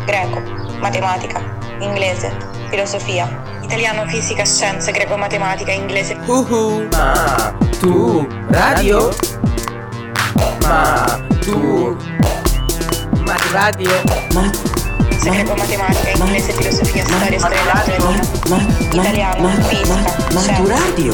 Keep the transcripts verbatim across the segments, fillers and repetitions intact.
greco, matematica, inglese, filosofia, italiano, fisica, scienze, greco, matematica, inglese. Uhu. Ma tu radio? Ma tu ma radio? Ma greco, matematica, inglese, filosofia, storia, storia dell'arte, ma, ma, italiano, ma, fisica, ma, ma scienze. tu radio?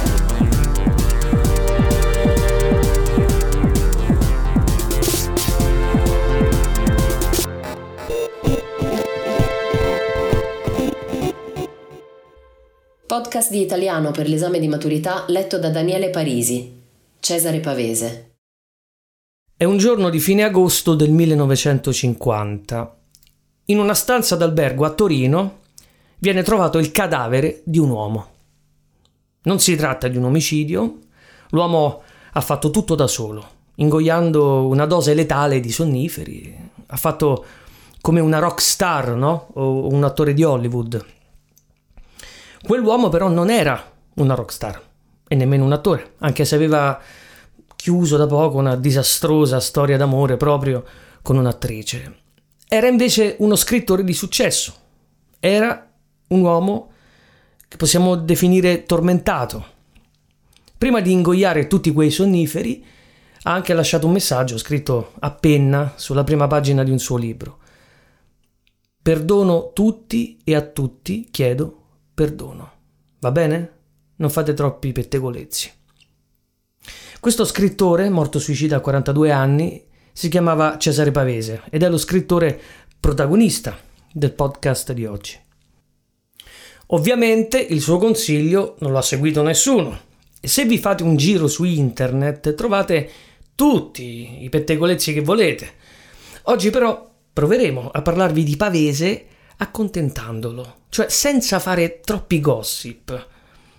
Podcast di italiano per l'esame di maturità letto da Daniele Parisi. Cesare Pavese. È un giorno di fine agosto del millenovecentocinquanta. In una stanza d'albergo a Torino viene trovato il cadavere di un uomo. Non si tratta di un omicidio, l'uomo ha fatto tutto da solo, ingoiando una dose letale di sonniferi. Ha fatto come una rock star, no? O un attore di Hollywood. Quell'uomo però non era una rockstar e nemmeno un attore, anche se aveva chiuso da poco una disastrosa storia d'amore proprio con un'attrice. Era invece uno scrittore di successo. Era un uomo che possiamo definire tormentato. Prima di ingoiare tutti quei sonniferi ha anche lasciato un messaggio scritto a penna sulla prima pagina di un suo libro. Perdono tutti e a tutti chiedo perdono. Va bene? Non fate troppi pettegolezzi. Questo scrittore, morto suicida a quarantadue anni, si chiamava Cesare Pavese ed è lo scrittore protagonista del podcast di oggi. Ovviamente il suo consiglio non lo ha seguito nessuno e se vi fate un giro su internet trovate tutti i pettegolezzi che volete. Oggi però proveremo a parlarvi di Pavese accontentandolo, cioè senza fare troppi gossip.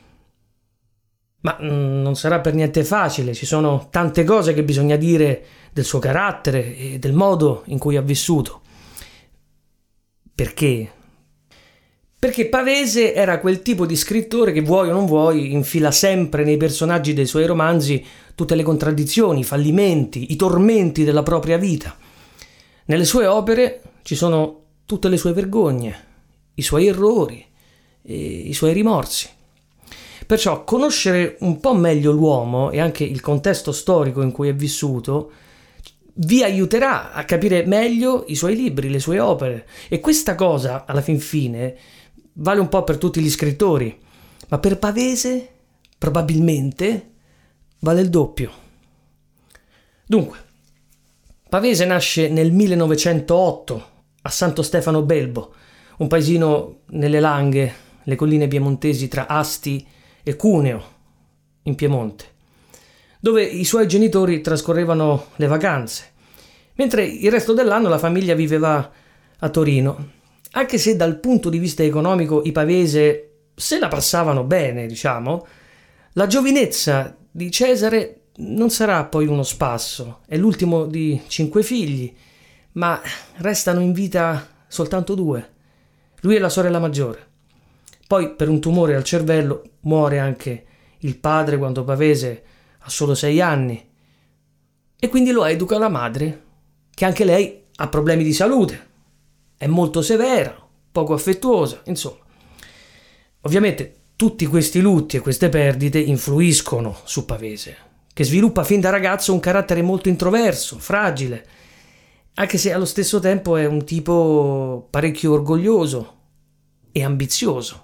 Ma mm, non sarà per niente facile, ci sono tante cose che bisogna dire del suo carattere e del modo in cui ha vissuto. Perché? Perché Pavese era quel tipo di scrittore che, vuoi o non vuoi, infila sempre nei personaggi dei suoi romanzi tutte le contraddizioni, i fallimenti, i tormenti della propria vita. Nelle sue opere ci sono tutte le sue vergogne, i suoi errori e i suoi rimorsi. Perciò conoscere un po' meglio l'uomo e anche il contesto storico in cui è vissuto vi aiuterà a capire meglio i suoi libri, le sue opere. E questa cosa, alla fin fine, vale un po' per tutti gli scrittori, ma per Pavese probabilmente vale il doppio. Dunque, Pavese nasce nel millenovecentootto a Santo Stefano Belbo, un paesino nelle Langhe, le colline piemontesi tra Asti e Cuneo, in Piemonte, dove i suoi genitori trascorrevano le vacanze, mentre il resto dell'anno la famiglia viveva a Torino, anche se dal punto di vista economico i Pavese se la passavano bene, diciamo. La giovinezza di Cesare non sarà poi uno spasso, è l'ultimo di cinque figli, ma restano in vita soltanto due, lui e la sorella maggiore. Poi per un tumore al cervello muore anche il padre quando Pavese ha solo sei anni e quindi lo educa la madre, che anche lei ha problemi di salute, è molto severa, poco affettuosa, insomma. Ovviamente tutti questi lutti e queste perdite influiscono su Pavese, che sviluppa fin da ragazzo un carattere molto introverso, fragile, anche se allo stesso tempo è un tipo parecchio orgoglioso e ambizioso.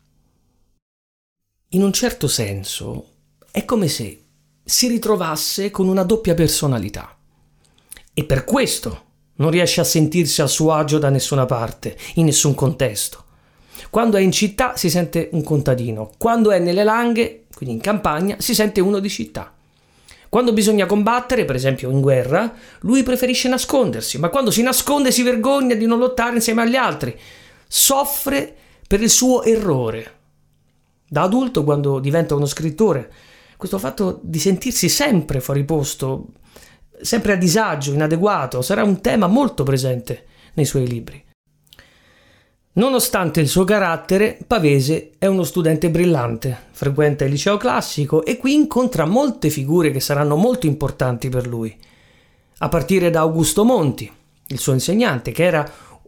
In un certo senso è come se si ritrovasse con una doppia personalità e per questo non riesce a sentirsi a suo agio da nessuna parte, in nessun contesto. Quando è in città si sente un contadino, quando è nelle Langhe, quindi in campagna, si sente uno di città. Quando bisogna combattere, per esempio in guerra, lui preferisce nascondersi, ma quando si nasconde si vergogna di non lottare insieme agli altri. Soffre per il suo errore. Da adulto, quando diventa uno scrittore, questo fatto di sentirsi sempre fuori posto, sempre a disagio, inadeguato, sarà un tema molto presente nei suoi libri. Nonostante il suo carattere, Pavese è uno studente brillante, frequenta il liceo classico e qui incontra molte figure che saranno molto importanti per lui, a partire da Augusto Monti, il suo insegnante, che era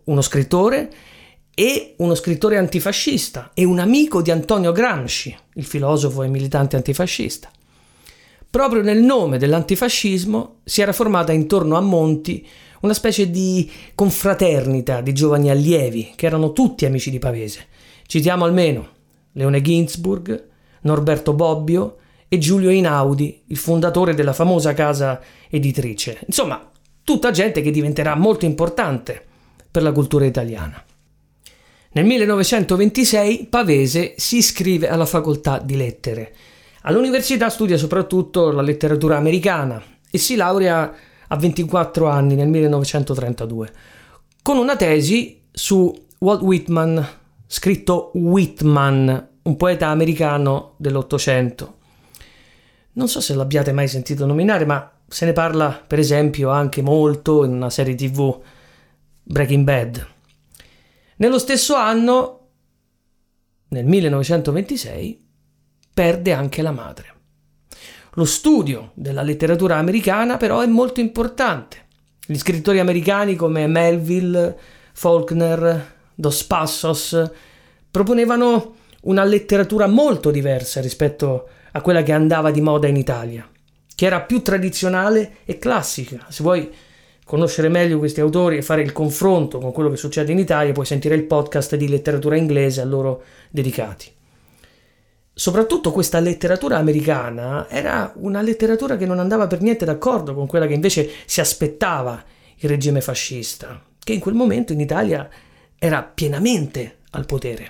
uno scrittore e uno scrittore antifascista e un amico di Antonio Gramsci, il filosofo e militante antifascista. Proprio nel nome dell'antifascismo si era formata intorno a Monti una specie di confraternita di giovani allievi che erano tutti amici di Pavese. Citiamo almeno Leone Ginzburg, Norberto Bobbio e Giulio Einaudi, il fondatore della famosa casa editrice. Insomma, tutta gente che diventerà molto importante per la cultura italiana. Nel millenovecentoventisei Pavese si iscrive alla facoltà di lettere. All'università studia soprattutto la letteratura americana e si laurea a ventiquattro anni nel millenovecentotrentadue con una tesi su Walt Whitman, scritto Whitman, un poeta americano dell'Ottocento. Non so se l'abbiate mai sentito nominare, ma se ne parla per esempio anche molto in una serie tivù, Breaking Bad. Nello stesso anno, nel millenovecentoventisei, perde anche la madre. Lo studio della letteratura americana però è molto importante. Gli scrittori americani come Melville, Faulkner, Dos Passos proponevano una letteratura molto diversa rispetto a quella che andava di moda in Italia, che era più tradizionale e classica. Se vuoi conoscere meglio questi autori e fare il confronto con quello che succede in Italia, puoi sentire il podcast di letteratura inglese a loro dedicati. Soprattutto questa letteratura americana era una letteratura che non andava per niente d'accordo con quella che invece si aspettava il regime fascista, che in quel momento in Italia era pienamente al potere.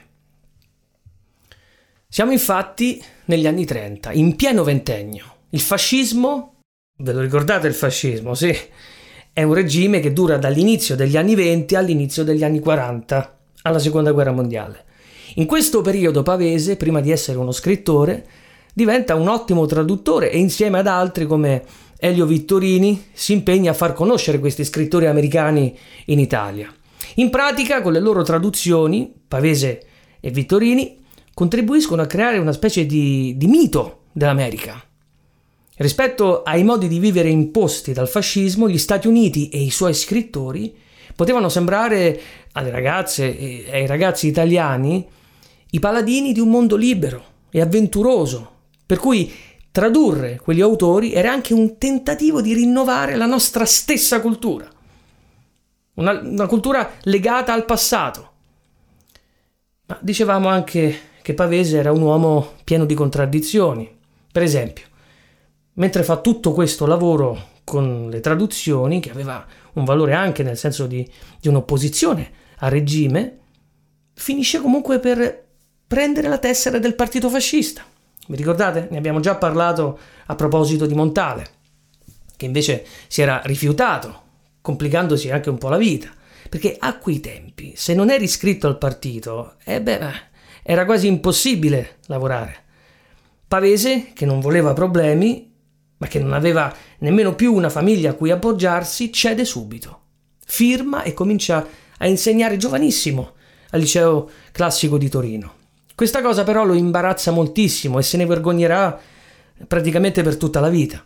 Siamo infatti negli anni trenta, in pieno ventennio. Il fascismo, ve lo ricordate il fascismo, sì? È un regime che dura dall'inizio degli anni venti all'inizio degli anni quaranta, alla Seconda Guerra Mondiale. In questo periodo Pavese, prima di essere uno scrittore, diventa un ottimo traduttore e insieme ad altri come Elio Vittorini si impegna a far conoscere questi scrittori americani in Italia. In pratica, con le loro traduzioni, Pavese e Vittorini contribuiscono a creare una specie di, di mito dell'America. Rispetto ai modi di vivere imposti dal fascismo, gli Stati Uniti e i suoi scrittori potevano sembrare alle ragazze e ai ragazzi italiani i paladini di un mondo libero e avventuroso, per cui tradurre quegli autori era anche un tentativo di rinnovare la nostra stessa cultura, una, una cultura legata al passato. Ma dicevamo anche che Pavese era un uomo pieno di contraddizioni. Per esempio, mentre fa tutto questo lavoro con le traduzioni, che aveva un valore anche nel senso di, di un'opposizione al regime, finisce comunque per prendere la tessera del partito fascista. Vi ricordate? Ne abbiamo già parlato a proposito di Montale, che invece si era rifiutato, complicandosi anche un po' la vita, perché a quei tempi, se non eri iscritto al partito, eh beh, era quasi impossibile lavorare. Pavese, che non voleva problemi, ma che non aveva nemmeno più una famiglia a cui appoggiarsi, cede subito. Firma e comincia a insegnare giovanissimo al liceo classico di Torino. Questa cosa però lo imbarazza moltissimo e se ne vergognerà praticamente per tutta la vita.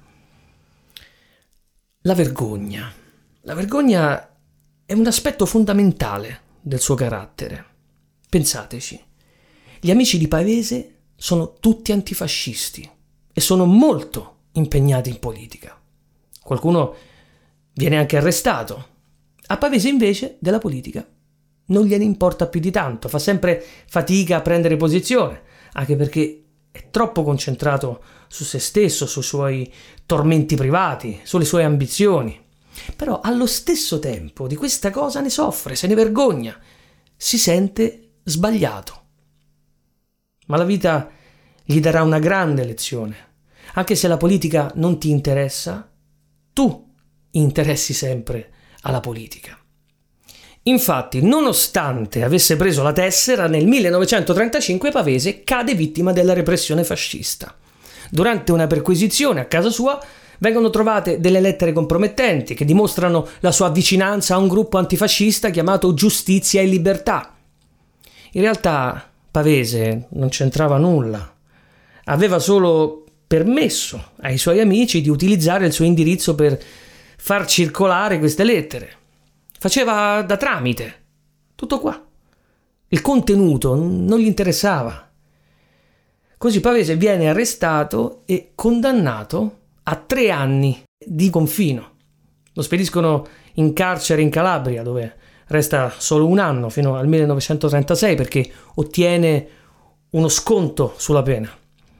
La vergogna. La vergogna è un aspetto fondamentale del suo carattere. Pensateci, gli amici di Pavese sono tutti antifascisti e sono molto impegnati in politica. Qualcuno viene anche arrestato. A Pavese invece della politica non gliene importa più di tanto, fa sempre fatica a prendere posizione, anche perché è troppo concentrato su se stesso, sui suoi tormenti privati, sulle sue ambizioni. Però allo stesso tempo di questa cosa ne soffre, se ne vergogna, si sente sbagliato. Ma la vita gli darà una grande lezione. Anche se la politica non ti interessa, tu interessi sempre alla politica. Infatti, nonostante avesse preso la tessera, nel millenovecentotrentacinque Pavese cade vittima della repressione fascista. Durante una perquisizione a casa sua vengono trovate delle lettere compromettenti che dimostrano la sua vicinanza a un gruppo antifascista chiamato Giustizia e Libertà. In realtà Pavese non c'entrava nulla. Aveva solo permesso ai suoi amici di utilizzare il suo indirizzo per far circolare queste lettere. Faceva da tramite Tutto qua. Il contenuto non gli interessava. Così Pavese viene arrestato e condannato a tre anni di confino. Lo spediscono in carcere in Calabria, dove resta solo un anno fino al millenovecentotrentasei perché ottiene uno sconto sulla pena.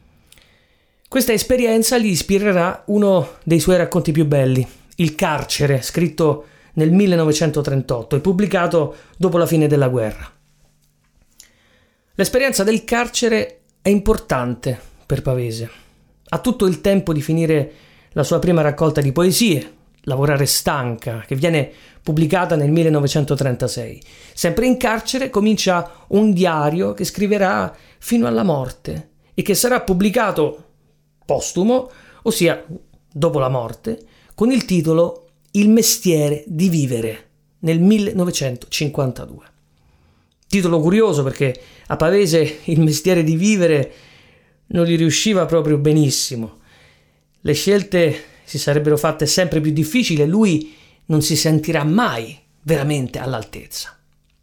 Questa esperienza gli ispirerà uno dei suoi racconti più belli, Il carcere, scritto nel millenovecentotrentotto e pubblicato dopo la fine della guerra. L'esperienza del carcere è importante per Pavese. Ha tutto il tempo di finire la sua prima raccolta di poesie, Lavorare stanca, che viene pubblicata nel millenovecentotrentasei. Sempre in carcere comincia un diario che scriverà fino alla morte e che sarà pubblicato postumo, ossia dopo la morte, con il titolo Il mestiere di vivere nel millenovecentocinquantadue. Titolo curioso perché a Pavese il mestiere di vivere non gli riusciva proprio benissimo. Le scelte si sarebbero fatte sempre più difficili e lui non si sentirà mai veramente all'altezza.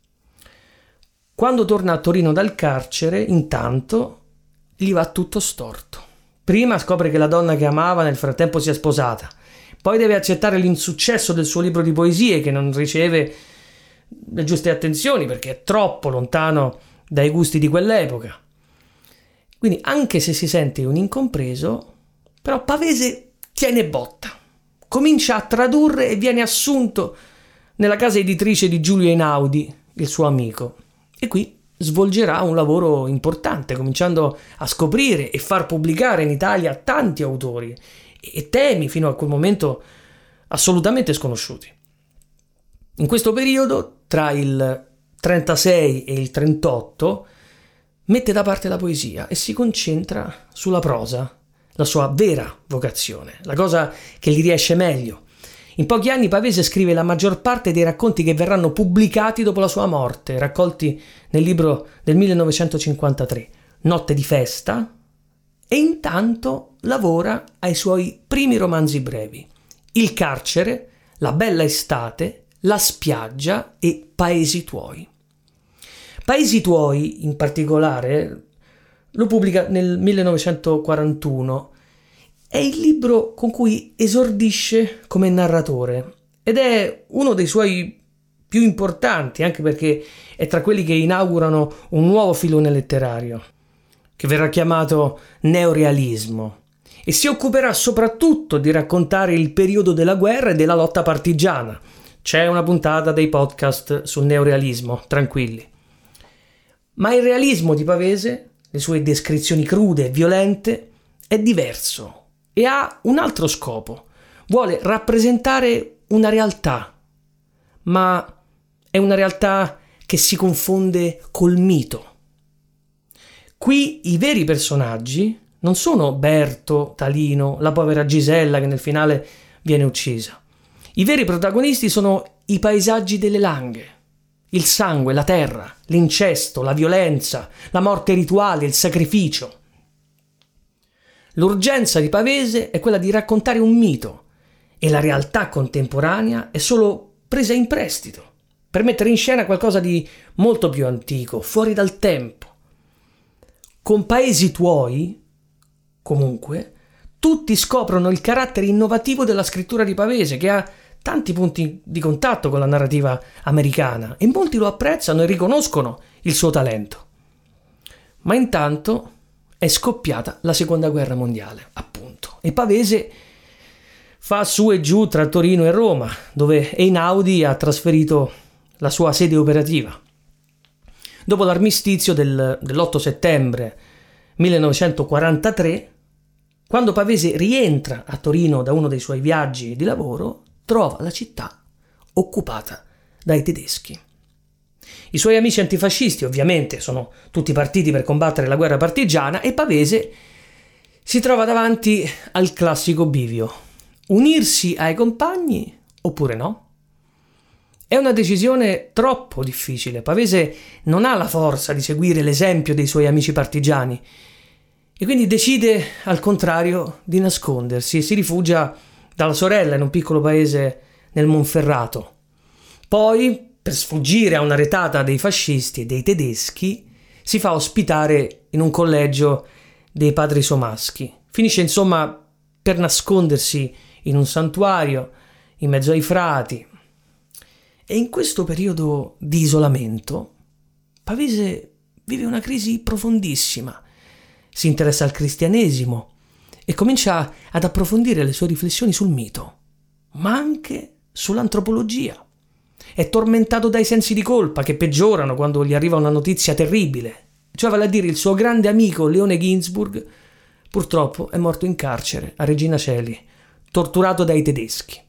Quando torna a Torino dal carcere, intanto, gli va tutto storto. Prima scopre che la donna che amava nel frattempo si è sposata, poi deve accettare l'insuccesso del suo libro di poesie che non riceve le giuste attenzioni perché è troppo lontano dai gusti di quell'epoca. Quindi anche se si sente un incompreso, però Pavese tiene botta, comincia a tradurre e viene assunto nella casa editrice di Giulio Einaudi, il suo amico, e qui svolgerà un lavoro importante, cominciando a scoprire e far pubblicare in Italia tanti autori e temi fino a quel momento assolutamente sconosciuti. In questo periodo, tra il trentasei e il trentotto, mette da parte la poesia e si concentra sulla prosa, la sua vera vocazione, la cosa che gli riesce meglio. In pochi anni Pavese scrive la maggior parte dei racconti che verranno pubblicati dopo la sua morte, raccolti nel libro del millenovecentocinquantatré, Notte di festa, e intanto lavora ai suoi primi romanzi brevi, Il carcere, La bella estate, La spiaggia e Paesi tuoi. Paesi tuoi, in particolare, lo pubblica nel millenovecentoquarantuno. È il libro con cui esordisce come narratore ed è uno dei suoi più importanti, anche perché è tra quelli che inaugurano un nuovo filone letterario, che verrà chiamato neorealismo, e si occuperà soprattutto di raccontare il periodo della guerra e della lotta partigiana. C'è una puntata dei podcast sul neorealismo, tranquilli. Ma il realismo di Pavese, le sue descrizioni crude e violente, è diverso e ha un altro scopo. Vuole rappresentare una realtà, ma è una realtà che si confonde col mito. Qui i veri personaggi non sono Berto, Talino, la povera Gisella che nel finale viene uccisa. I veri protagonisti sono i paesaggi delle Langhe, il sangue, la terra, l'incesto, la violenza, la morte rituale, il sacrificio. L'urgenza di Pavese è quella di raccontare un mito e la realtà contemporanea è solo presa in prestito per mettere in scena qualcosa di molto più antico, fuori dal tempo. Con Paesi tuoi, comunque, tutti scoprono il carattere innovativo della scrittura di Pavese, che ha tanti punti di contatto con la narrativa americana, e molti lo apprezzano e riconoscono il suo talento. Ma intanto è scoppiata la seconda guerra mondiale, appunto, e Pavese fa su e giù tra Torino e Roma, dove Einaudi ha trasferito la sua sede operativa. Dopo l'armistizio del, dell'otto settembre millenovecentoquarantatré, quando Pavese rientra a Torino da uno dei suoi viaggi di lavoro, trova la città occupata dai tedeschi. I suoi amici antifascisti, ovviamente, sono tutti partiti per combattere la guerra partigiana e Pavese si trova davanti al classico bivio: unirsi ai compagni oppure no? È una decisione troppo difficile. Pavese non ha la forza di seguire l'esempio dei suoi amici partigiani e quindi decide, al contrario, di nascondersi e si rifugia dalla sorella in un piccolo paese nel Monferrato. Poi, per sfuggire a una retata dei fascisti e dei tedeschi, si fa ospitare in un collegio dei padri somaschi. Finisce insomma per nascondersi in un santuario, in mezzo ai frati. E in questo periodo di isolamento, Pavese vive una crisi profondissima. Si interessa al cristianesimo e comincia ad approfondire le sue riflessioni sul mito, ma anche sull'antropologia. È tormentato dai sensi di colpa che peggiorano quando gli arriva una notizia terribile, cioè vale a dire il suo grande amico Leone Ginzburg purtroppo è morto in carcere a Regina Coeli, torturato dai tedeschi.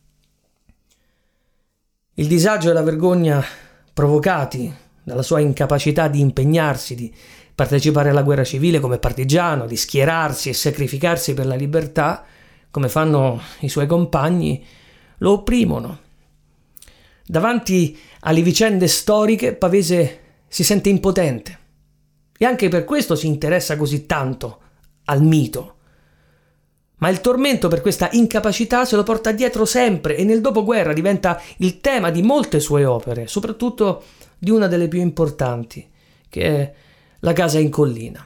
Il disagio e la vergogna provocati dalla sua incapacità di impegnarsi, di partecipare alla guerra civile come partigiano, di schierarsi e sacrificarsi per la libertà, come fanno i suoi compagni, lo opprimono. Davanti alle vicende storiche, Pavese si sente impotente e anche per questo si interessa così tanto al mito. Ma il tormento per questa incapacità se lo porta dietro sempre e nel dopoguerra diventa il tema di molte sue opere, soprattutto di una delle più importanti, che è La casa in collina.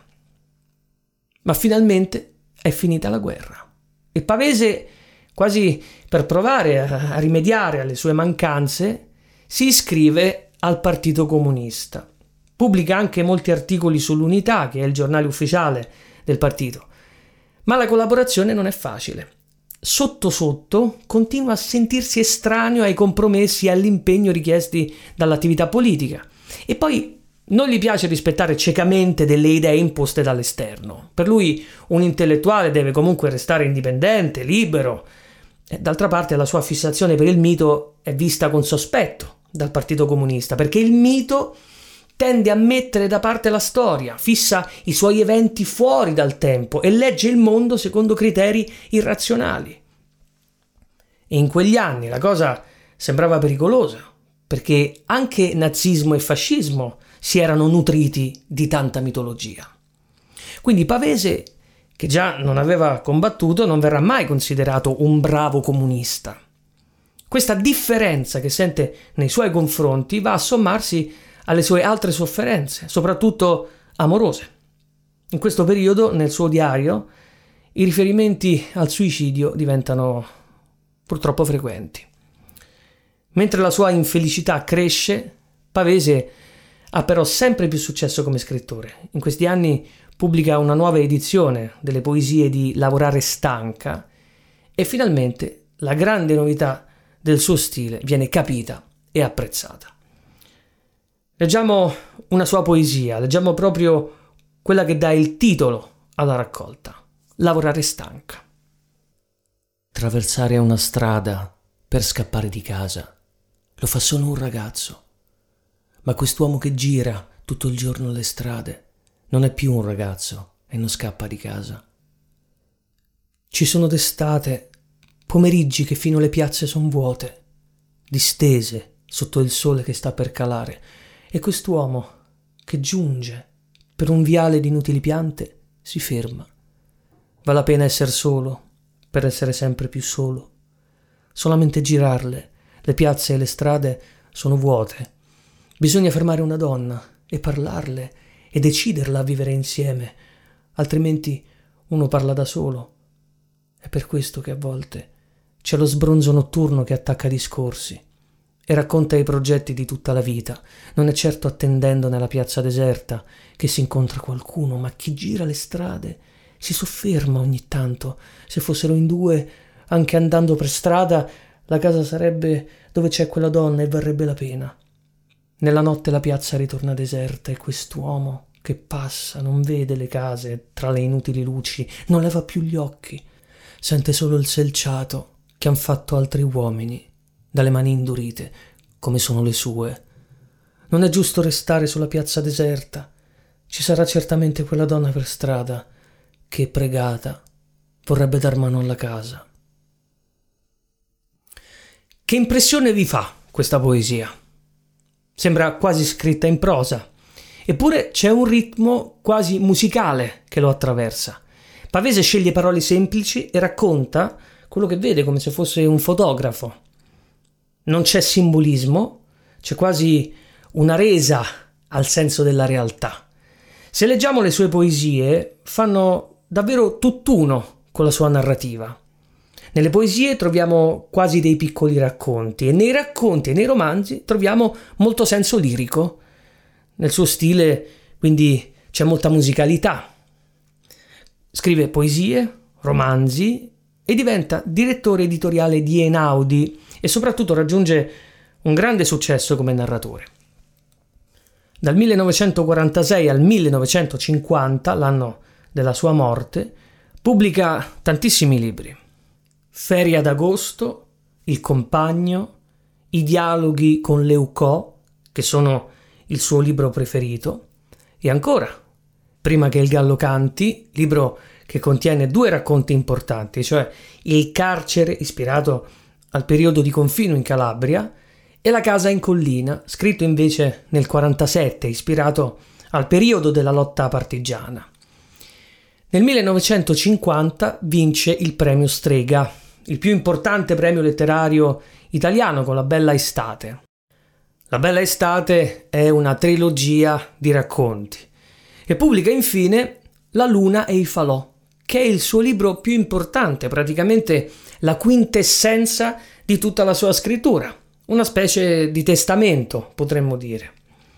Ma finalmente è finita la guerra e Pavese, quasi per provare a rimediare alle sue mancanze, si iscrive al Partito Comunista. Pubblica anche molti articoli sull'Unità, che è il giornale ufficiale del partito. Ma la collaborazione non è facile. Sotto sotto continua a sentirsi estraneo ai compromessi e all'impegno richiesti dall'attività politica. E poi non gli piace rispettare ciecamente delle idee imposte dall'esterno. Per lui un intellettuale deve comunque restare indipendente, libero. E d'altra parte la sua fissazione per il mito è vista con sospetto dal Partito Comunista, perché il mito tende a mettere da parte la storia, fissa i suoi eventi fuori dal tempo e legge il mondo secondo criteri irrazionali. E in quegli anni la cosa sembrava pericolosa, perché anche nazismo e fascismo si erano nutriti di tanta mitologia. Quindi Pavese, che già non aveva combattuto, non verrà mai considerato un bravo comunista. Questa differenza che sente nei suoi confronti va a sommarsi alle sue altre sofferenze, soprattutto amorose. In questo periodo, nel suo diario, i riferimenti al suicidio diventano purtroppo frequenti. Mentre la sua infelicità cresce, Pavese ha però sempre più successo come scrittore. In questi anni pubblica una nuova edizione delle poesie di Lavorare stanca e finalmente la grande novità del suo stile viene capita e apprezzata. Leggiamo una sua poesia, leggiamo proprio quella che dà il titolo alla raccolta, Lavorare stanca. Traversare una strada per scappare di casa lo fa solo un ragazzo, ma quest'uomo che gira tutto il giorno le strade non è più un ragazzo e non scappa di casa. Ci sono d'estate pomeriggi che fino le piazze son vuote, distese sotto il sole che sta per calare, e quest'uomo che giunge per un viale di inutili piante si ferma. Vale la pena essere solo per essere sempre più solo. Solamente girarle, le piazze e le strade sono vuote. Bisogna fermare una donna e parlarle e deciderla a vivere insieme, altrimenti uno parla da solo. È per questo che a volte c'è lo sbronzo notturno che attacca discorsi e racconta i progetti di tutta la vita. Non è certo attendendo nella piazza deserta che si incontra qualcuno, ma chi gira le strade si sofferma ogni tanto. Se fossero in due, anche andando per strada, la casa sarebbe dove c'è quella donna e varrebbe la pena. Nella notte la piazza ritorna deserta e quest'uomo che passa non vede le case tra le inutili luci, non leva più gli occhi, sente solo il selciato che han fatto altri uomini dalle mani indurite come sono le sue. Non è giusto restare sulla piazza deserta. Ci sarà certamente quella donna per strada che, pregata, vorrebbe dar mano alla casa. Che impressione vi fa questa poesia? Sembra quasi scritta in prosa, eppure c'è un ritmo quasi musicale che lo attraversa. Pavese sceglie parole semplici e racconta quello che vede come se fosse un fotografo. Non c'è simbolismo, c'è quasi una resa al senso della realtà. Se leggiamo le sue poesie, fanno davvero tutt'uno con la sua narrativa. Nelle poesie troviamo quasi dei piccoli racconti e nei racconti e nei romanzi troviamo molto senso lirico. Nel suo stile, quindi, c'è molta musicalità. Scrive poesie, romanzi e diventa direttore editoriale di Einaudi e soprattutto raggiunge un grande successo come narratore. Dal millenovecentoquarantasei al millenovecentocinquanta, l'anno della sua morte, pubblica tantissimi libri. Feria d'agosto, Il compagno, I dialoghi con Leucò, che sono il suo libro preferito, e ancora Prima che il gallo canti, libro che contiene due racconti importanti, cioè Il carcere, ispirato al periodo di confino in Calabria, e La casa in collina, scritto invece nel quarantasette, ispirato al periodo della lotta partigiana. Nel millenovecentocinquanta vince il premio Strega, il più importante premio letterario italiano, con La bella estate. La bella estate è una trilogia di racconti e pubblica infine La luna e i falò, che è il suo libro più importante, praticamente la quintessenza di tutta la sua scrittura, una specie di testamento, potremmo dire.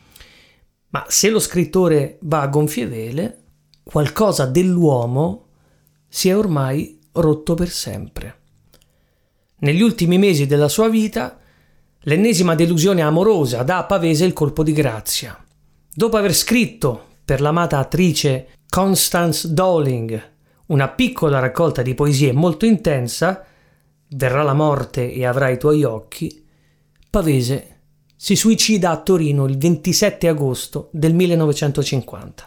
Ma se lo scrittore va a gonfie vele, qualcosa dell'uomo si è ormai rotto per sempre. Negli ultimi mesi della sua vita, l'ennesima delusione amorosa dà a Pavese il colpo di grazia. Dopo aver scritto per l'amata attrice Constance Dowling una piccola raccolta di poesie molto intensa, Verrà la morte e avrai i tuoi occhi, Pavese si suicida a Torino il ventisette agosto del millenovecentocinquanta.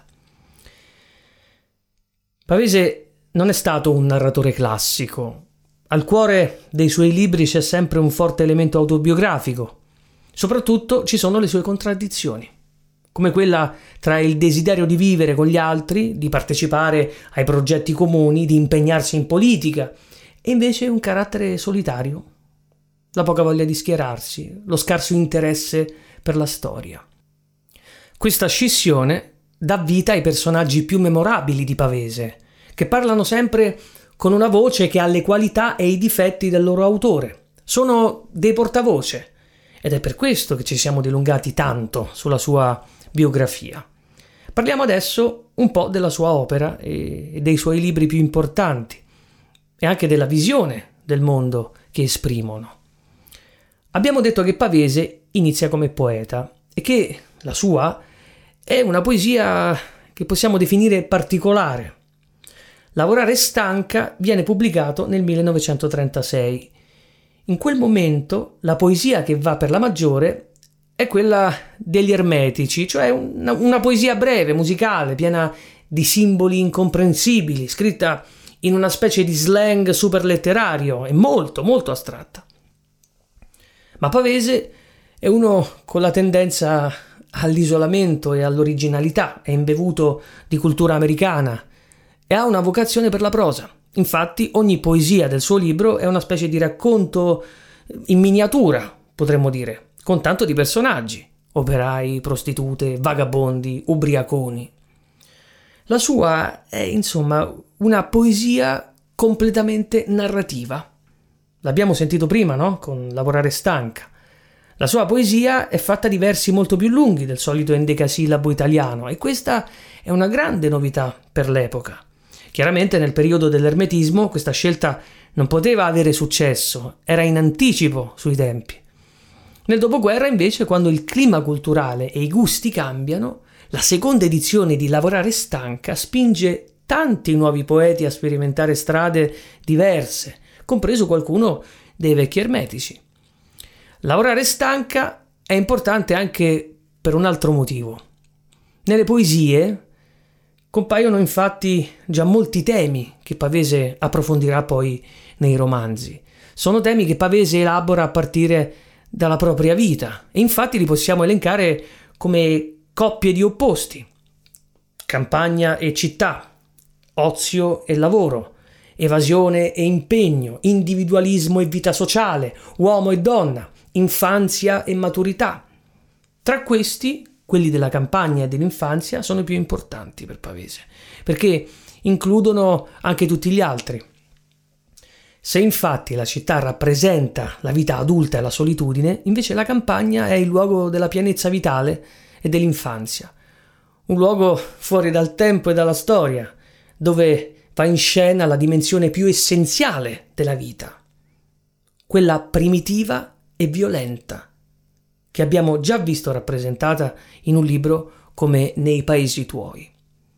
Pavese non è stato un narratore classico. Al cuore dei suoi libri c'è sempre un forte elemento autobiografico. Soprattutto ci sono le sue contraddizioni, come quella tra il desiderio di vivere con gli altri, di partecipare ai progetti comuni, di impegnarsi in politica, e invece un carattere solitario, la poca voglia di schierarsi, lo scarso interesse per la storia. Questa scissione dà vita ai personaggi più memorabili di Pavese, che parlano sempre con una voce che ha le qualità e i difetti del loro autore. Sono dei portavoce, ed è per questo che ci siamo dilungati tanto sulla sua biografia. Parliamo adesso un po' della sua opera e dei suoi libri più importanti, e anche della visione del mondo che esprimono. Abbiamo detto che Pavese inizia come poeta e che la sua è una poesia che possiamo definire particolare. Lavorare stanca viene pubblicato nel millenovecentotrentasei. In quel momento la poesia che va per la maggiore è quella degli ermetici, cioè una, una poesia breve, musicale, piena di simboli incomprensibili, scritta in una specie di slang superletterario e molto, molto astratta. Ma Pavese è uno con la tendenza all'isolamento e all'originalità, è imbevuto di cultura americana e ha una vocazione per la prosa. Infatti ogni poesia del suo libro è una specie di racconto in miniatura, potremmo dire, con tanto di personaggi, operai, prostitute, vagabondi, ubriaconi. La sua è, insomma, una poesia completamente narrativa. L'abbiamo sentito prima, no? Con Lavorare stanca. La sua poesia è fatta di versi molto più lunghi del solito endecasillabo italiano e questa è una grande novità per l'epoca. Chiaramente nel periodo dell'ermetismo questa scelta non poteva avere successo, era in anticipo sui tempi. Nel dopoguerra invece, quando il clima culturale e i gusti cambiano, la seconda edizione di Lavorare stanca spinge tanti nuovi poeti a sperimentare strade diverse, compreso qualcuno dei vecchi ermetici. Lavorare stanca è importante anche per un altro motivo. Nelle poesie compaiono infatti già molti temi che Pavese approfondirà poi nei romanzi. Sono temi che Pavese elabora a partire dalla propria vita e infatti li possiamo elencare come coppie di opposti: campagna e città, ozio e lavoro, evasione e impegno, individualismo e vita sociale, uomo e donna, infanzia e maturità. Tra questi, quelli della campagna e dell'infanzia sono i più importanti per Pavese, perché includono anche tutti gli altri. Se infatti la città rappresenta la vita adulta e la solitudine, invece la campagna è il luogo della pienezza vitale e dell'infanzia. Un luogo fuori dal tempo e dalla storia, dove va in scena la dimensione più essenziale della vita, quella primitiva e violenta, che abbiamo già visto rappresentata in un libro come Nei paesi tuoi.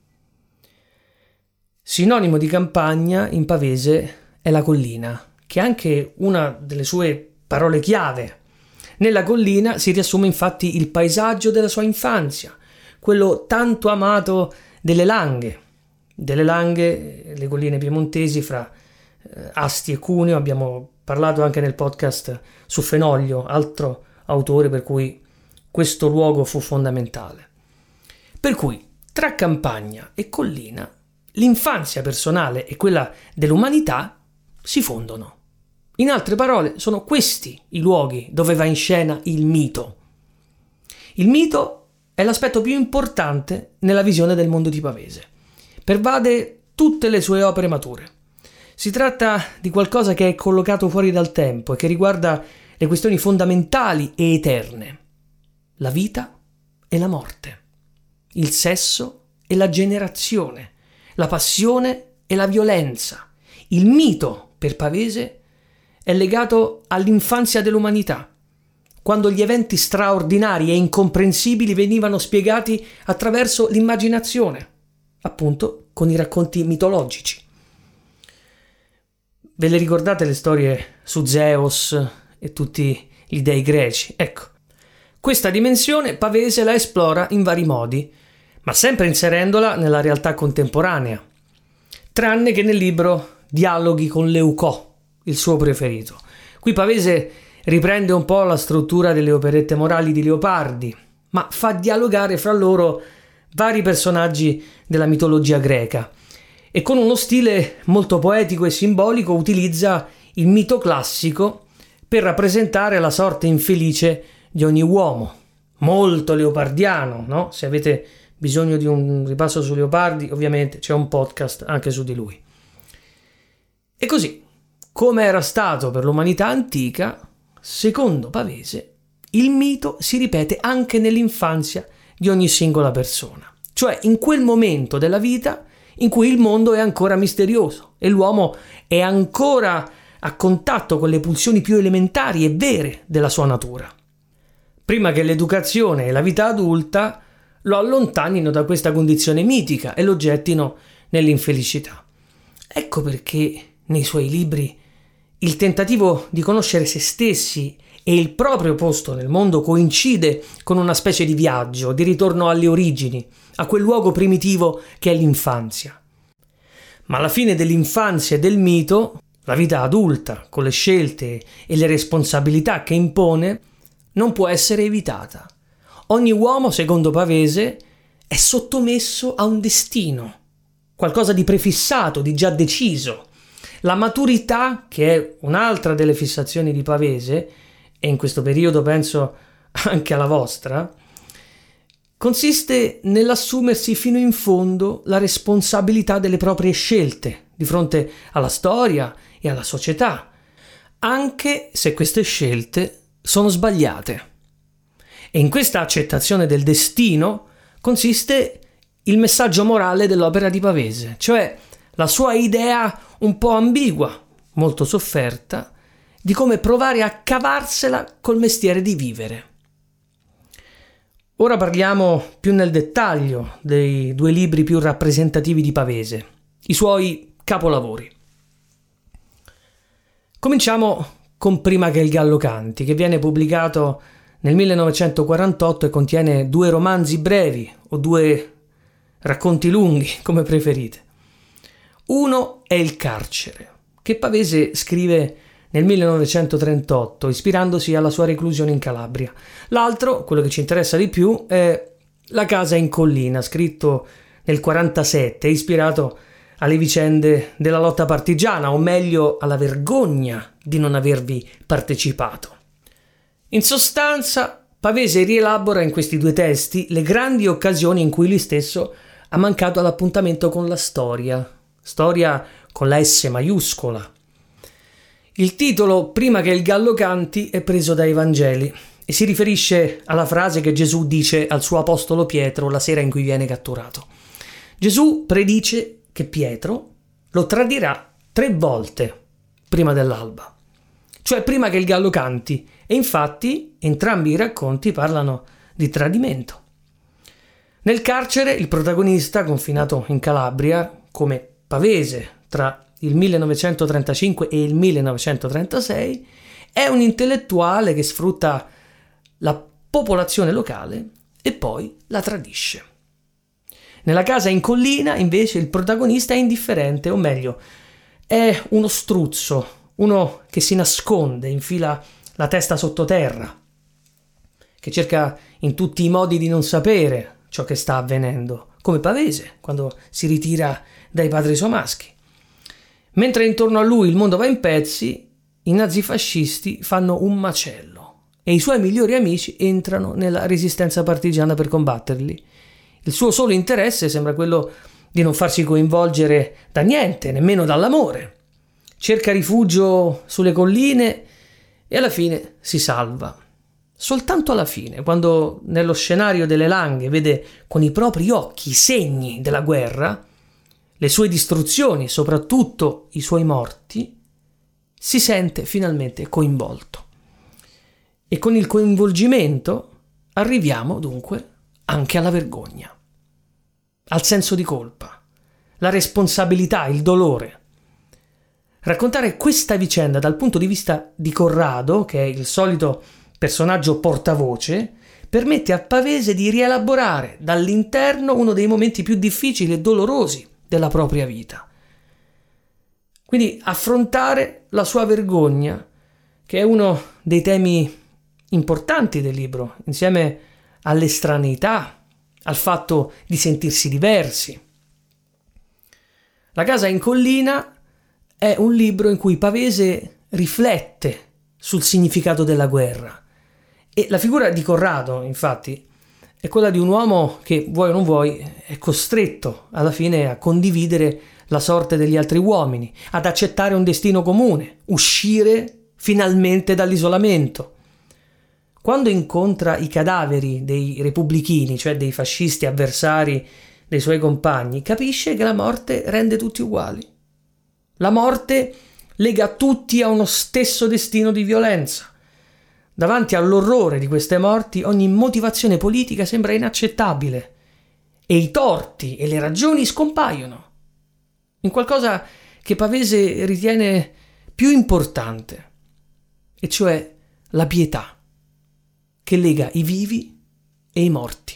Sinonimo di campagna in pavese è la collina, che è anche una delle sue parole chiave. Nella collina si riassume infatti il paesaggio della sua infanzia, quello tanto amato delle Langhe. Delle Langhe, le colline piemontesi fra eh, Asti e Cuneo, abbiamo parlato anche nel podcast su Fenoglio, altro autore per cui questo luogo fu fondamentale. Per cui, tra campagna e collina, l'infanzia personale e quella dell'umanità si fondono. In altre parole, sono questi i luoghi dove va in scena il mito. Il mito è l'aspetto più importante nella visione del mondo di Pavese. Pervade tutte le sue opere mature. Si tratta di qualcosa che è collocato fuori dal tempo e che riguarda le questioni fondamentali e eterne: la vita e la morte, il sesso e la generazione, la passione e la violenza. Il mito per Pavese è legato all'infanzia dell'umanità, quando gli eventi straordinari e incomprensibili venivano spiegati attraverso l'immaginazione, appunto con i racconti mitologici. Ve le ricordate le storie su Zeus e tutti gli dei greci? Ecco, questa dimensione Pavese la esplora in vari modi, ma sempre inserendola nella realtà contemporanea, tranne che nel libro Dialoghi con Leucò, il suo preferito. Qui Pavese riprende un po' la struttura delle operette morali di Leopardi, ma fa dialogare fra loro vari personaggi della mitologia greca e con uno stile molto poetico e simbolico utilizza il mito classico per rappresentare la sorte infelice di ogni uomo. Molto leopardiano, no? Se avete bisogno di un ripasso su Leopardi, ovviamente c'è un podcast anche su di lui. E così, come era stato per l'umanità antica, secondo Pavese, il mito si ripete anche nell'infanzia di ogni singola persona, cioè in quel momento della vita in cui il mondo è ancora misterioso e l'uomo è ancora a contatto con le pulsioni più elementari e vere della sua natura, prima che l'educazione e la vita adulta lo allontanino da questa condizione mitica e lo gettino nell'infelicità. Ecco perché nei suoi libri il tentativo di conoscere se stessi e il proprio posto nel mondo coincide con una specie di viaggio, di ritorno alle origini, a quel luogo primitivo che è l'infanzia. Ma alla fine dell'infanzia e del mito, la vita adulta, con le scelte e le responsabilità che impone, non può essere evitata. Ogni uomo, secondo Pavese, è sottomesso a un destino, qualcosa di prefissato, di già deciso. La maturità, che è un'altra delle fissazioni di Pavese, e in questo periodo penso anche alla vostra, consiste nell'assumersi fino in fondo la responsabilità delle proprie scelte di fronte alla storia e alla società, anche se queste scelte sono sbagliate. E in questa accettazione del destino consiste il messaggio morale dell'opera di Pavese, cioè la sua idea un po' ambigua, molto sofferta, di come provare a cavarsela col mestiere di vivere. Ora parliamo più nel dettaglio dei due libri più rappresentativi di Pavese, i suoi capolavori. Cominciamo con Prima che il gallo canti, che viene pubblicato nel millenovecentoquarantotto e contiene due romanzi brevi o due racconti lunghi, come preferite. Uno è Il carcere, che Pavese scrive nel millenovecentotrentotto, ispirandosi alla sua reclusione in Calabria. L'altro, quello che ci interessa di più, è La casa in collina, scritto nel quarantasette, ispirato alle vicende della lotta partigiana, o meglio alla vergogna di non avervi partecipato. In sostanza, Pavese rielabora in questi due testi le grandi occasioni in cui lui stesso ha mancato all'appuntamento con la storia, storia con la S maiuscola. Il titolo "Prima che il gallo canti" è preso dai Vangeli e si riferisce alla frase che Gesù dice al suo apostolo Pietro la sera in cui viene catturato. Gesù predice che Pietro lo tradirà tre volte prima dell'alba, cioè prima che il gallo canti, e infatti entrambi i racconti parlano di tradimento. Nel carcere il protagonista, confinato in Calabria, come Pavese tra il millenovecentotrentacinque e il millenovecentotrentasei, è un intellettuale che sfrutta la popolazione locale e poi la tradisce. Nella casa in collina, invece, il protagonista è indifferente, o meglio, è uno struzzo, uno che si nasconde, infila la testa sottoterra, che cerca in tutti i modi di non sapere ciò che sta avvenendo, come Pavese quando si ritira dai padri somaschi. Mentre intorno a lui il mondo va in pezzi, i nazifascisti fanno un macello e i suoi migliori amici entrano nella resistenza partigiana per combatterli. Il suo solo interesse sembra quello di non farsi coinvolgere da niente, nemmeno dall'amore. Cerca rifugio sulle colline e alla fine si salva. Soltanto alla fine, quando nello scenario delle Langhe vede con i propri occhi i segni della guerra, le sue distruzioni, soprattutto i suoi morti, si sente finalmente coinvolto. E con il coinvolgimento arriviamo dunque anche alla vergogna, al senso di colpa, la responsabilità, il dolore. Raccontare questa vicenda dal punto di vista di Corrado, che è il solito personaggio portavoce, permette a Pavese di rielaborare dall'interno uno dei momenti più difficili e dolorosi della propria vita. Quindi affrontare la sua vergogna, che è uno dei temi importanti del libro, insieme all'estraneità, al fatto di sentirsi diversi. La casa in collina è un libro in cui Pavese riflette sul significato della guerra. E la figura di Corrado, infatti, è quella di un uomo che, vuoi o non vuoi, è costretto alla fine a condividere la sorte degli altri uomini, ad accettare un destino comune, uscire finalmente dall'isolamento. Quando incontra i cadaveri dei repubblichini, cioè dei fascisti avversari dei suoi compagni, capisce che la morte rende tutti uguali. La morte lega tutti a uno stesso destino di violenza. Davanti all'orrore di queste morti, ogni motivazione politica sembra inaccettabile e i torti e le ragioni scompaiono in qualcosa che Pavese ritiene più importante, e cioè la pietà che lega i vivi e i morti.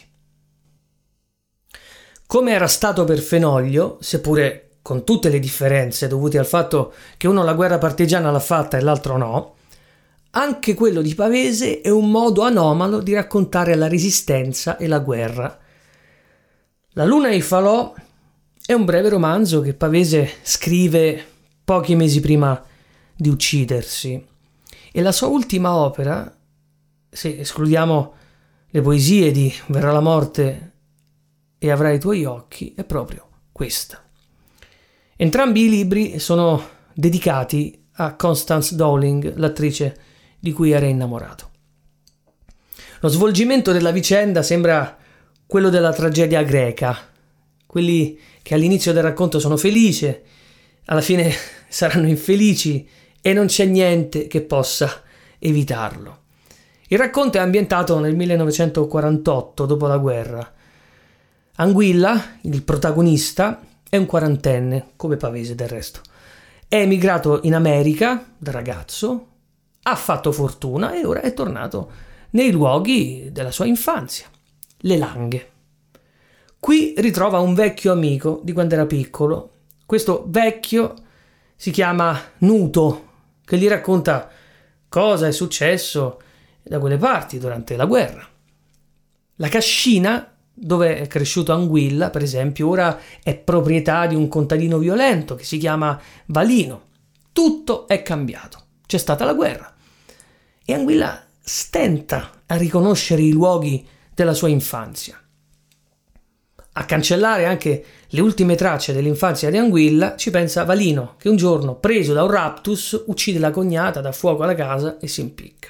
Come era stato per Fenoglio, seppure con tutte le differenze dovute al fatto che uno la guerra partigiana l'ha fatta e l'altro no, anche quello di Pavese è un modo anomalo di raccontare la resistenza e la guerra. La luna e i falò è un breve romanzo che Pavese scrive pochi mesi prima di uccidersi, e la sua ultima opera, se escludiamo le poesie di Verrà la morte e Avrai i tuoi occhi, è proprio questa. Entrambi i libri sono dedicati a Constance Dowling, l'attrice di cui era innamorato. Lo svolgimento della vicenda sembra quello della tragedia greca. Quelli che all'inizio del racconto sono felici, alla fine saranno infelici e non c'è niente che possa evitarlo. Il racconto è ambientato nel millenovecentoquarantotto, dopo la guerra. Anguilla, il protagonista, è un quarantenne, come Pavese del resto. È emigrato in America da ragazzo, ha fatto fortuna e ora è tornato nei luoghi della sua infanzia, le Langhe. Qui ritrova un vecchio amico di quando era piccolo. Questo vecchio si chiama Nuto, che gli racconta cosa è successo da quelle parti durante la guerra. La cascina dove è cresciuto Anguilla, per esempio, ora è proprietà di un contadino violento che si chiama Valino. Tutto è cambiato. C'è stata la guerra. E Anguilla stenta a riconoscere i luoghi della sua infanzia. A cancellare anche le ultime tracce dell'infanzia di Anguilla ci pensa Valino, che un giorno, preso da un raptus, uccide la cognata, dà fuoco alla casa e si impicca.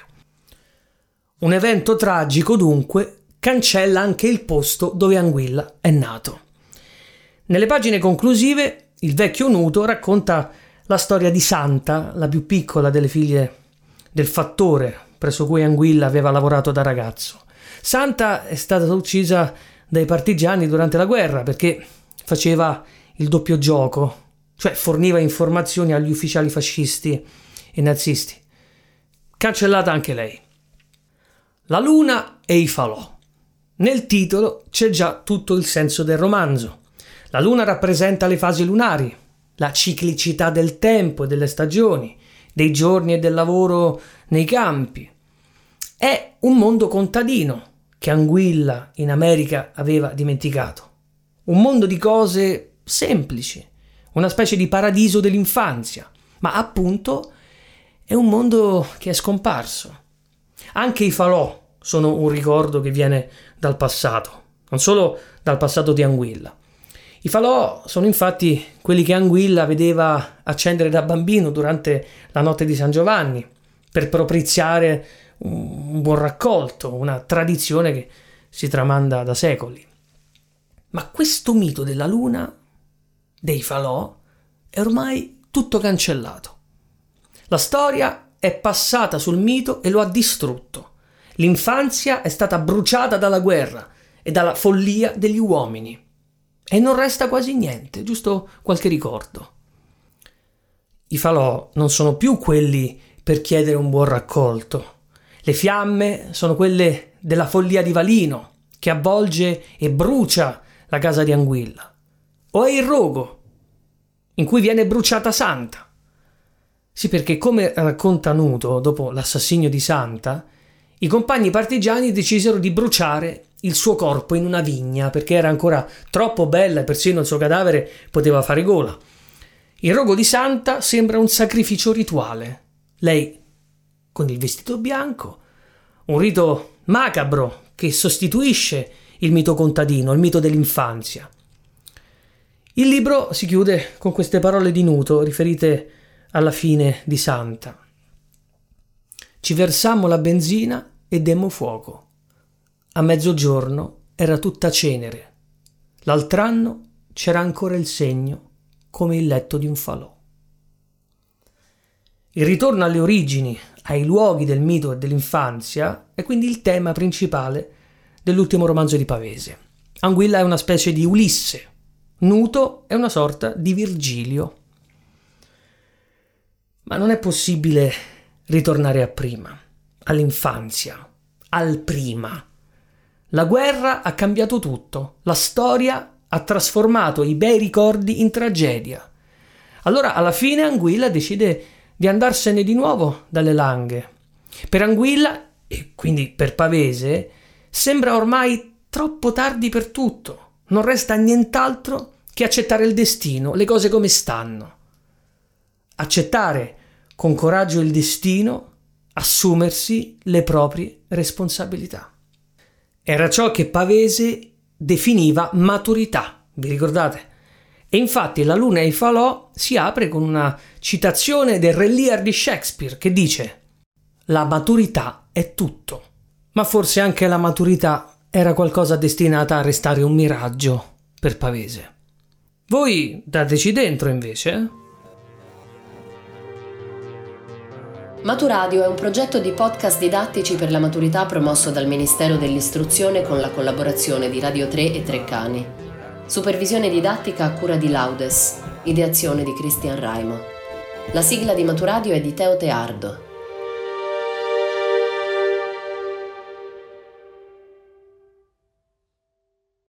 Un evento tragico, dunque, cancella anche il posto dove Anguilla è nato. Nelle pagine conclusive, il vecchio Nuto racconta la storia di Santa, la più piccola delle figlie del fattore presso cui Anguilla aveva lavorato da ragazzo. Santa è stata uccisa dai partigiani durante la guerra perché faceva il doppio gioco, cioè forniva informazioni agli ufficiali fascisti e nazisti. Cancellata anche lei. La luna e i falò. Nel titolo c'è già tutto il senso del romanzo. La luna rappresenta le fasi lunari, la ciclicità del tempo e delle stagioni, dei giorni e del lavoro nei campi. È un mondo contadino che Anguilla in America aveva dimenticato. Un mondo di cose semplici, una specie di paradiso dell'infanzia, ma appunto è un mondo che è scomparso. Anche i falò sono un ricordo che viene dal passato, non solo dal passato di Anguilla. I falò sono infatti quelli che Anguilla vedeva accendere da bambino durante la notte di San Giovanni per propiziare un buon raccolto, una tradizione che si tramanda da secoli. Ma questo mito della luna, dei falò, è ormai tutto cancellato. La storia è passata sul mito e lo ha distrutto. L'infanzia è stata bruciata dalla guerra e dalla follia degli uomini. E non resta quasi niente, giusto qualche ricordo. I falò non sono più quelli per chiedere un buon raccolto. Le fiamme sono quelle della follia di Valino, che avvolge e brucia la casa di Anguilla. O è il rogo, in cui viene bruciata Santa. Sì, perché come racconta Nuto, dopo l'assassinio di Santa, i compagni partigiani decisero di bruciare il suo corpo in una vigna perché era ancora troppo bella e persino il suo cadavere poteva fare gola. Il rogo di Santa sembra un sacrificio rituale. Lei con il vestito bianco, un rito macabro che sostituisce il mito contadino, il mito dell'infanzia. Il libro si chiude con queste parole di Nuto riferite alla fine di Santa. Ci versammo la benzina e demmo fuoco. A mezzogiorno era tutta cenere. L'altr'anno c'era ancora il segno come il letto di un falò. Il ritorno alle origini, ai luoghi del mito e dell'infanzia, è quindi il tema principale dell'ultimo romanzo di Pavese. Anguilla è una specie di Ulisse, Nuto è una sorta di Virgilio. Ma non è possibile ritornare a prima, all'infanzia, al prima. La guerra ha cambiato tutto, la storia ha trasformato i bei ricordi in tragedia. Allora alla fine Anguilla decide di andarsene di nuovo dalle Langhe. Per Anguilla, e quindi per Pavese, sembra ormai troppo tardi per tutto. Non resta nient'altro che accettare il destino, le cose come stanno. Accettare con coraggio il destino, assumersi le proprie responsabilità. Era ciò che Pavese definiva maturità, vi ricordate? E infatti La luna e i falò si apre con una citazione del Re Lear di Shakespeare che dice: la maturità è tutto. Ma forse anche la maturità era qualcosa destinata a restare un miraggio per Pavese. Voi dateci dentro invece, eh? Maturadio è un progetto di podcast didattici per la maturità promosso dal Ministero dell'Istruzione con la collaborazione di Radio tre e Treccani. Supervisione didattica a cura di Laudes, ideazione di Cristian Raimo. La sigla di Maturadio è di Teo Teardo.